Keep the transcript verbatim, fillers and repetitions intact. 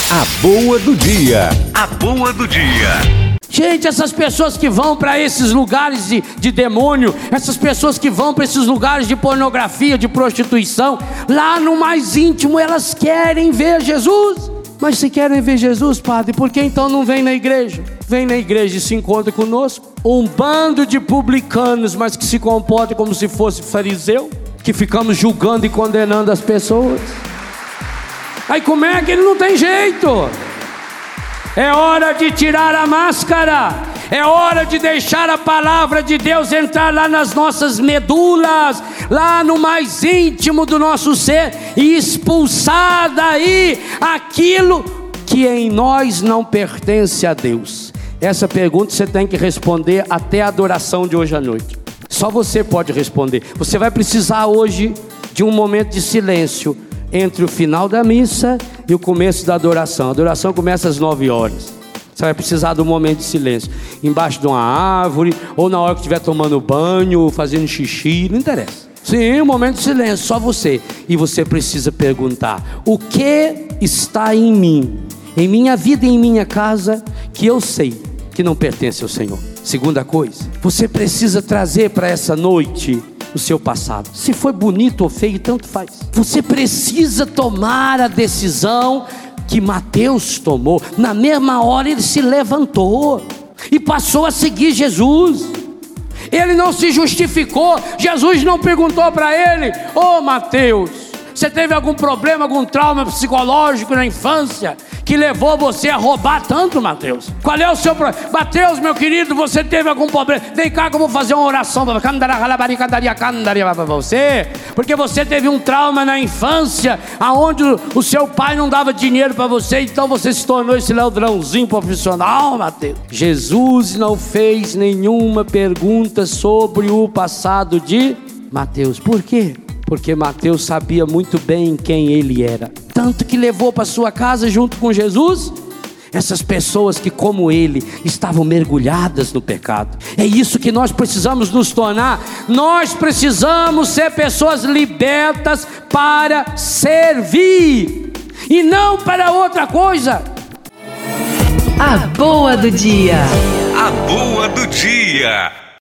A boa do dia. A boa do dia. Gente, essas pessoas que vão para esses lugares de, de demônio, essas pessoas que vão para esses lugares de pornografia, de prostituição, lá no mais íntimo elas querem ver Jesus. Mas se querem ver Jesus, padre, por que então não vem na igreja? Vem na igreja e se encontra conosco. Um bando de publicanos, mas que se comporta como se fosse fariseu, que ficamos julgando e condenando as pessoas. Aí como é que ele não tem jeito? É hora de tirar a máscara. É hora de deixar a palavra de Deus entrar lá nas nossas medulas, lá no mais íntimo do nosso ser, e expulsar daí aquilo que em nós não pertence a Deus. Essa pergunta você tem que responder até a adoração de hoje à noite. Só você pode responder. Você vai precisar hoje de um momento de silêncio entre o final da missa e o começo da adoração. A adoração começa às nove horas. Você vai precisar de um momento de silêncio, embaixo de uma árvore, ou na hora que estiver tomando banho, fazendo xixi, não interessa. Sim, um momento de silêncio, só você. E você precisa perguntar: o que está em mim, em minha vida e em minha casa, que eu sei que não pertence ao Senhor? Segunda coisa, você precisa trazer para essa noite o seu passado. Se foi bonito ou feio, tanto faz. Você precisa tomar a decisão que Mateus tomou. Na mesma hora ele se levantou e passou a seguir Jesus. Ele não se justificou. Jesus não perguntou para ele: ô Mateus, você teve algum problema, algum trauma psicológico na infância que levou você a roubar tanto, Mateus? Qual é o seu problema? Mateus, meu querido, você teve algum problema? Vem cá que eu vou fazer uma oração para você, porque você teve um trauma na infância, aonde o seu pai não dava dinheiro para você, então você se tornou esse ladrãozinho profissional, Mateus. Jesus não fez nenhuma pergunta sobre o passado de Mateus. Por quê? Porque Mateus sabia muito bem quem ele era. Tanto que levou para sua casa junto com Jesus essas pessoas que, como ele, estavam mergulhadas no pecado. É isso que nós precisamos nos tornar. Nós precisamos ser pessoas libertas para servir e não para outra coisa. A boa do dia. A boa do dia.